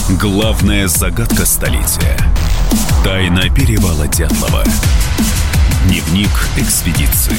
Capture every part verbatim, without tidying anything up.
Главная загадка столетия. Тайна перевала Дятлова. Дневник экспедиции.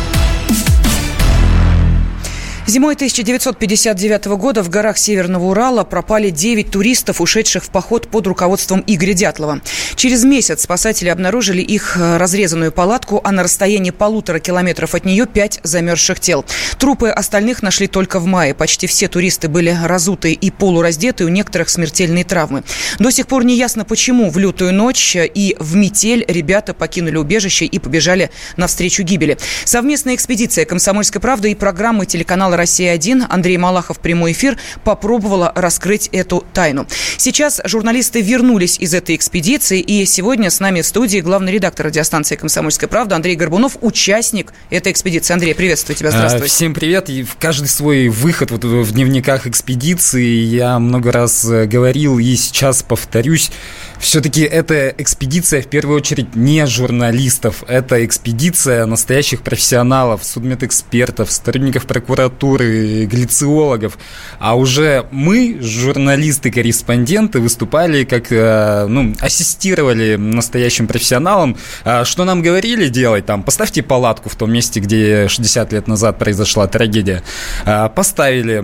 Зимой тысяча девятьсот пятьдесят девятого года в горах Северного Урала пропали девять туристов, ушедших в поход под руководством Игоря Дятлова. Через месяц спасатели обнаружили их разрезанную палатку, а на расстоянии полутора километров от нее пять замерзших тел. Трупы остальных нашли только в мае. Почти все туристы были разутые и полураздетые, у некоторых смертельные травмы. До сих пор не ясно, почему в лютую ночь и в метель ребята покинули убежище и побежали навстречу гибели. Совместная экспедиция «Комсомольской правды» и программы телеканала «Россия-один», Андрей Малахов, прямой эфир, попробовала раскрыть эту тайну. Сейчас журналисты вернулись из этой экспедиции, и сегодня с нами в студии главный редактор радиостанции «Комсомольская правда» Андрей Горбунов, участник этой экспедиции. Андрей, приветствую тебя, здравствуй. Всем привет. И в каждый свой выход вот в дневниках экспедиции я много раз говорил и сейчас повторюсь. Все-таки эта экспедиция в первую очередь не журналистов, это экспедиция настоящих профессионалов, судмедэкспертов, сотрудников прокуратуры, глициологов. А уже мы, журналисты-корреспонденты, выступали как, ну, ассистировали настоящим профессионалам. Что нам говорили делать? Там, поставьте палатку в том месте, где шестьдесят лет назад произошла трагедия. Поставили,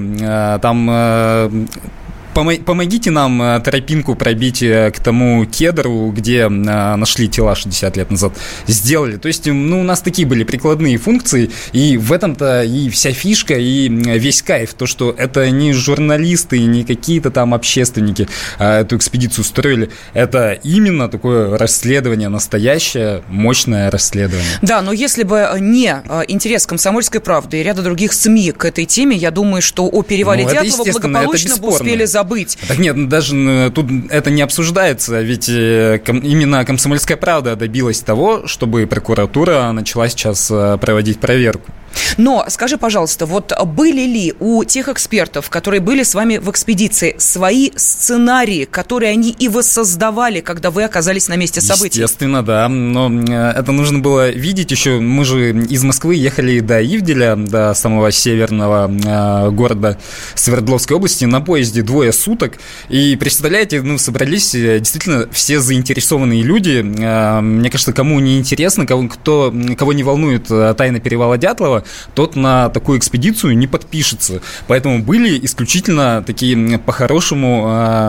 там... Помогите нам тропинку пробить к тому кедру, где нашли тела шестьдесят лет назад. Сделали. То есть, ну, у нас такие были прикладные функции, и в этом-то и вся фишка, и весь кайф. То, что это не журналисты, не какие-то там общественники эту экспедицию строили. Это именно такое расследование, настоящее, мощное расследование. Да, но если бы не интерес «Комсомольской правды» и ряда других СМИ к этой теме, я думаю, что о перевале ну, Дятлова благополучно бы успели забыть. Быть. Так нет, даже тут это не обсуждается, ведь именно «Комсомольская правда» добилась того, чтобы прокуратура начала сейчас проводить проверку. Но скажи, пожалуйста, вот были ли у тех экспертов, которые были с вами в экспедиции, свои сценарии, которые они и воссоздавали, когда вы оказались на месте событий? Естественно, да, но это нужно было видеть еще. Мы же из Москвы ехали до Ивделя, до самого северного э, города Свердловской области на поезде двое суток. И представляете, ну, собрались действительно все заинтересованные люди. Э, мне кажется, кому не интересно, кого, кто, кого не волнует тайна перевала Дятлова, тот на такую экспедицию не подпишется. Поэтому были исключительно такие по-хорошему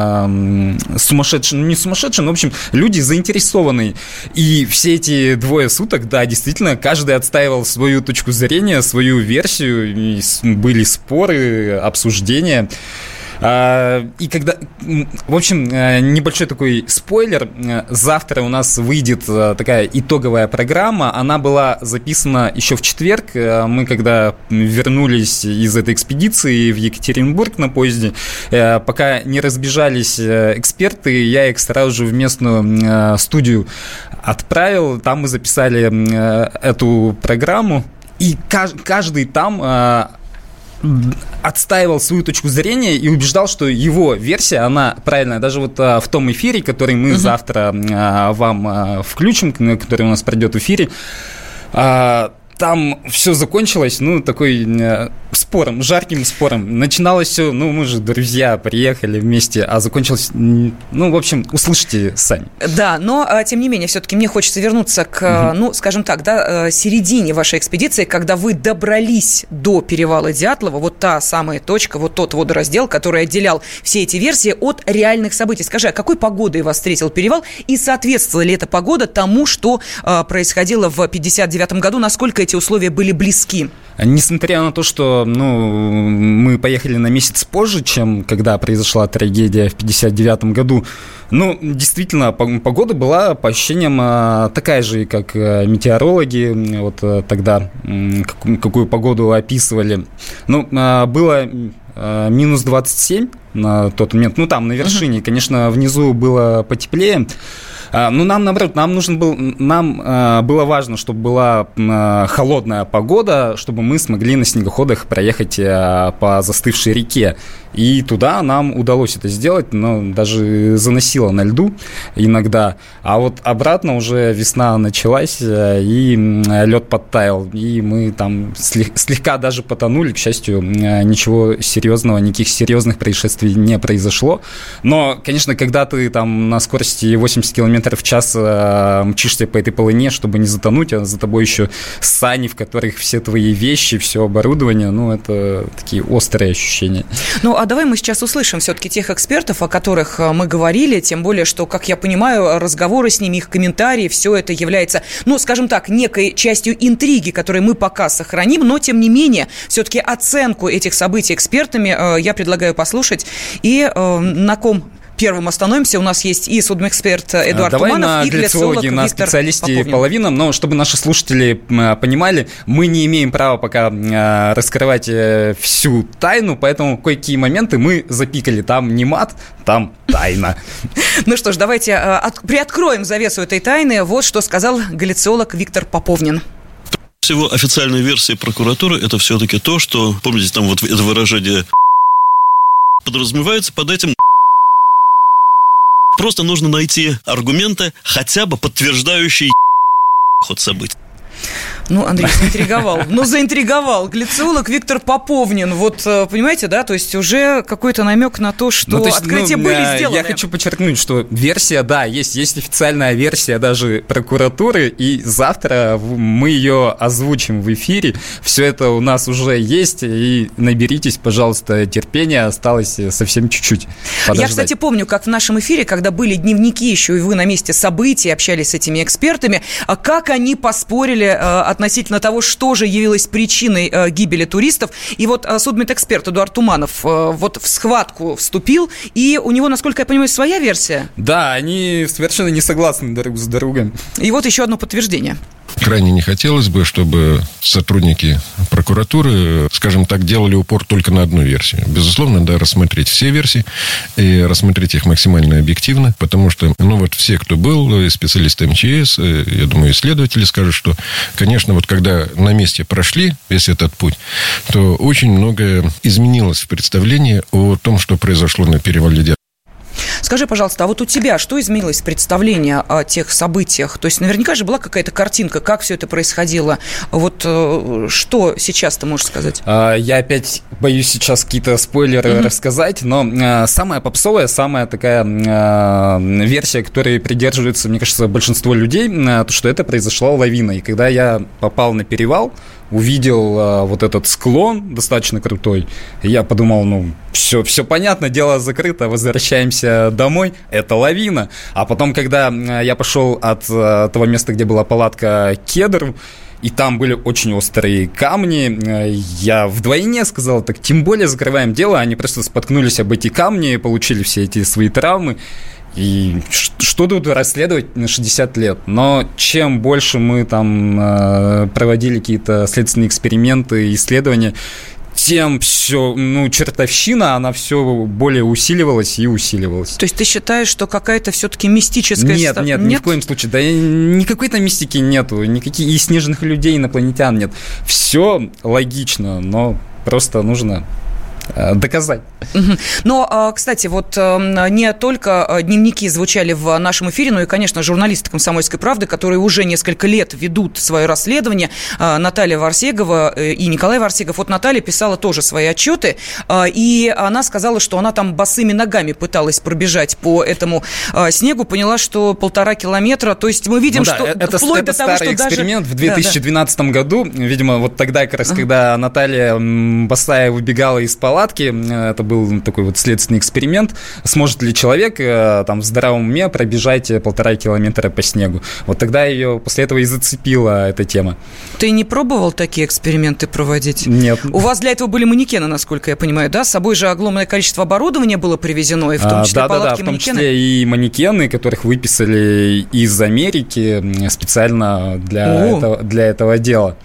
э, сумасшедшие, ну не сумасшедшие, но в общем люди заинтересованные. И все эти двое суток, да, действительно, каждый отстаивал свою точку зрения, свою версию, и были споры, обсуждения. И когда, в общем, небольшой такой спойлер, завтра у нас выйдет такая итоговая программа, она была записана еще в четверг, мы когда вернулись из этой экспедиции в Екатеринбург на поезде, пока не разбежались эксперты, я их сразу же в местную студию отправил, там мы записали эту программу, и каждый там отстаивал свою точку зрения и убеждал, что его версия, она правильная. Даже вот а, в том эфире, который мы uh-huh. завтра а, вам а, включим, который у нас пройдет в эфире, а, там все закончилось, ну, такой э, спором, жарким спором. Начиналось все, ну, мы же друзья, приехали вместе, а закончилось, ну, в общем, услышите сами. Да, но, тем не менее, все-таки мне хочется вернуться к, угу. ну, скажем так, да, середине вашей экспедиции, когда вы добрались до перевала Дятлова, вот та самая точка, вот тот водораздел, который отделял все эти версии от реальных событий. Скажи, а какой погодой вас встретил перевал, и соответствовала ли эта погода тому, что э, происходило в пятьдесят девятом году, насколько эти условия были близки? Несмотря на то, что, ну, мы поехали на месяц позже, чем когда произошла трагедия в пятьдесят девятом году, ну, действительно, погода была, по ощущениям, такая же, как метеорологи вот тогда, какую погоду описывали. Ну, было минус двадцать семь на тот момент, ну, там, на вершине, uh-huh. конечно, внизу было потеплее. А, ну, нам, наоборот, нам нужен был, нам а, было важно, чтобы была а, холодная погода, чтобы мы смогли на снегоходах проехать а, по застывшей реке. И туда нам удалось это сделать, но даже заносило на льду иногда. А вот обратно уже весна началась, и лед подтаял, и мы там слегка даже потонули. К счастью, ничего серьезного, никаких серьезных происшествий не произошло. Но, конечно, когда ты там на скорости восемьдесят километров в час мчишься по этой полыне, чтобы не затонуть, а за тобой еще сани, в которых все твои вещи, все оборудование, ну, это такие острые ощущения. Ну, а давай мы сейчас услышим все-таки тех экспертов, о которых мы говорили, тем более, что, как я понимаю, разговоры с ними, их комментарии, все это является, ну, скажем так, некой частью интриги, которую мы пока сохраним, но, тем не менее, все-таки оценку этих событий экспертами я предлагаю послушать. И на ком первым остановимся. У нас есть и судмэксперт Эдуард Давай Туманов, и глицолог Виктор на специалисте Поповнин. половина, но чтобы наши слушатели понимали, мы не имеем права пока раскрывать всю тайну, поэтому кое-какие моменты мы запикали. Там не мат, там тайна. Ну что ж, давайте приоткроем завесу этой тайны. Вот что сказал глицолог Виктор Поповнин. Всего официальная версия прокуратуры — это все-таки то, что, помните, там вот это выражение подразумевается под этим. Просто нужно найти аргументы, хотя бы подтверждающие ход событий. Ну, Андрей заинтриговал. Ну, заинтриговал. Глицолог Виктор Поповнин. Вот, понимаете, да, то есть уже какой-то намек на то, что ну, то есть, открытия ну, были сделаны. Я хочу подчеркнуть, что версия, да, есть, есть официальная версия даже прокуратуры, и завтра мы ее озвучим в эфире. Все это у нас уже есть, и наберитесь, пожалуйста, терпения, осталось совсем чуть-чуть подождать. Я, кстати, помню, как в нашем эфире, когда были дневники еще, и вы на месте событий, общались с этими экспертами, как они поспорили относительно того, что же явилось причиной э, гибели туристов. И вот э, судмедэксперт Эдуард Туманов э, вот в схватку вступил, и у него, насколько я понимаю, своя версия. Да, они совершенно не согласны друг с другом. И вот еще одно подтверждение. Крайне не хотелось бы, чтобы сотрудники прокуратуры, скажем так, делали упор только на одну версию. Безусловно, да, рассмотреть все версии и рассмотреть их максимально объективно, потому что, ну вот все, кто был, специалисты эм че эс, я думаю, исследователи скажут, что, конечно, вот когда на месте прошли весь этот путь, то очень многое изменилось в представлении о том, что произошло на перевале Дятлова. Скажи, пожалуйста, а вот у тебя что изменилось в представлении о тех событиях? То есть наверняка же была какая-то картинка, как все это происходило. Вот что сейчас ты можешь сказать? Я опять боюсь сейчас какие-то спойлеры mm-hmm. рассказать, но самая попсовая, самая такая версия, которой придерживается, мне кажется, большинство людей, то, что это произошла лавина. И когда я попал на перевал, увидел а, вот этот склон достаточно крутой, я подумал, ну, все, все понятно, дело закрыто, возвращаемся домой, это лавина. А потом, когда я пошел от а, того места, где была палатка, к кедру, и там были очень острые камни, я вдвойне сказал, так тем более закрываем дело, они просто споткнулись об эти камни, получили все эти свои травмы. И что тут расследовать на шестьдесят лет? Но чем больше мы там э, проводили какие-то следственные эксперименты, исследования, тем все, ну, чертовщина, она все более усиливалась и усиливалась. То есть ты считаешь, что какая-то все-таки мистическая... Нет, нет, нет, ни в коем случае. Да никакой там мистики нету, никаких и снежных людей, инопланетян нет. Все логично, но просто нужно... доказать. Но, кстати, вот не только дневники звучали в нашем эфире, но и, конечно, журналисты «Комсомольской правды», которые уже несколько лет ведут свое расследование, Наталья Варсегова и Николай Варсегов. Вот Наталья писала тоже свои отчеты, и она сказала, что она там босыми ногами пыталась пробежать по этому снегу, поняла, что полтора километра, то есть мы видим, ну да, что это, вплоть это до того, что даже... эксперимент в две тысячи двенадцатом да, да. году, видимо, вот тогда, как раз, когда Наталья босая выбегала из палатки, это был такой вот следственный эксперимент, сможет ли человек там в здравом уме пробежать полтора километра по снегу. Вот тогда ее после этого и зацепила эта тема. Ты не пробовал такие эксперименты проводить? Нет. У вас для этого были манекены, насколько я понимаю, да? С собой же огромное количество оборудования было привезено, и в том числе а, да, палатки, да, да, манекены? в том числе и манекены, которых выписали из Америки специально для, этого, для этого дела.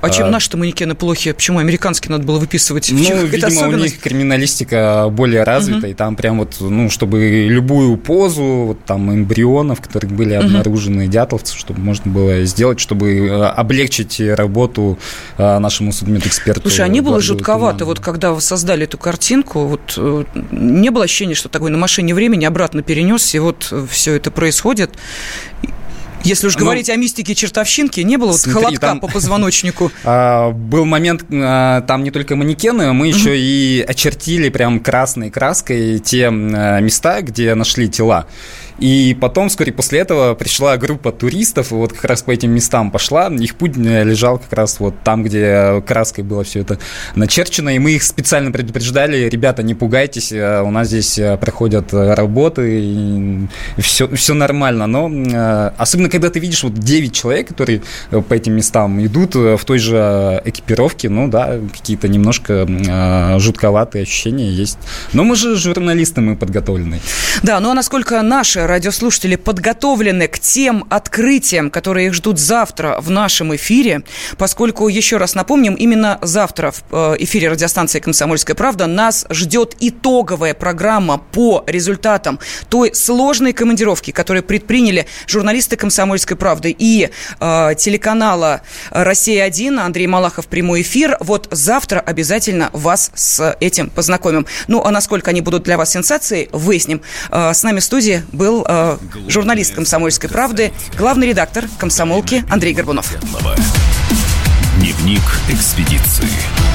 А чем наши-то манекены плохи? Почему американские надо было выписывать? Ну, видимо, у них криминалистика более развита, uh-huh. и там прям вот, ну, чтобы любую позу, вот там эмбрионов, которые были uh-huh. обнаружены, дятловцев, чтобы можно было сделать, чтобы облегчить работу нашему судмедэксперту. Слушай, а не было жутковато, вот когда вы создали эту картинку, вот не было ощущения, что такой на машине времени обратно перенесся, и вот все это происходит? Если уж говорить ну, о мистике чертовщинки, не было смотри, вот холодка там, по позвоночнику? А, был момент, а, там не только манекены, мы еще uh-huh. и очертили прям красной краской те а, места, где нашли тела. И потом, вскоре после этого, пришла группа туристов, и вот как раз по этим местам пошла. Их путь лежал как раз вот там, где краской было все это начерчено. И мы их специально предупреждали: ребята, не пугайтесь, у нас здесь проходят работы, и все, все нормально. Но особенно, когда ты видишь вот девять человек, которые по этим местам идут в той же экипировке, ну да, какие-то немножко жутковатые ощущения есть. Но мы же журналисты, мы подготовлены. Да, ну а насколько наши радиослушатели подготовлены к тем открытиям, которые их ждут завтра в нашем эфире, поскольку, еще раз напомним, именно завтра в эфире радиостанции «Комсомольская правда» нас ждет итоговая программа по результатам той сложной командировки, которую предприняли журналисты «Комсомольской правды» и э, телеканала «Россия-один», Андрей Малахов, прямой эфир. Вот завтра обязательно вас с этим познакомим. Ну, а насколько они будут для вас сенсацией, выясним. Э, с нами в студии был э, журналист «Комсомольской правды», главный редактор «Комсомолки» Андрей Горбунов. Дневник экспедиции.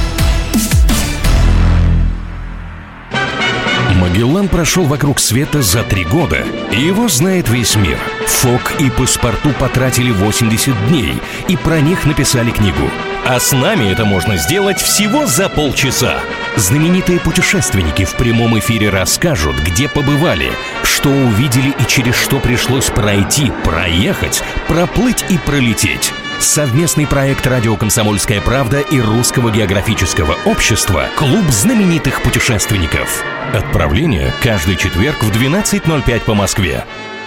Магеллан прошел вокруг света за три года, и его знает весь мир. Фок и Паспарту потратили восемьдесят дней, и про них написали книгу. А с нами это можно сделать всего за полчаса. Знаменитые путешественники в прямом эфире расскажут, где побывали, что увидели и через что пришлось пройти, проехать, проплыть и пролететь. Совместный проект «Радио Комсомольская правда» и Русского географического общества «Клуб знаменитых путешественников». Отправление каждый четверг в двенадцать ноль пять по Москве.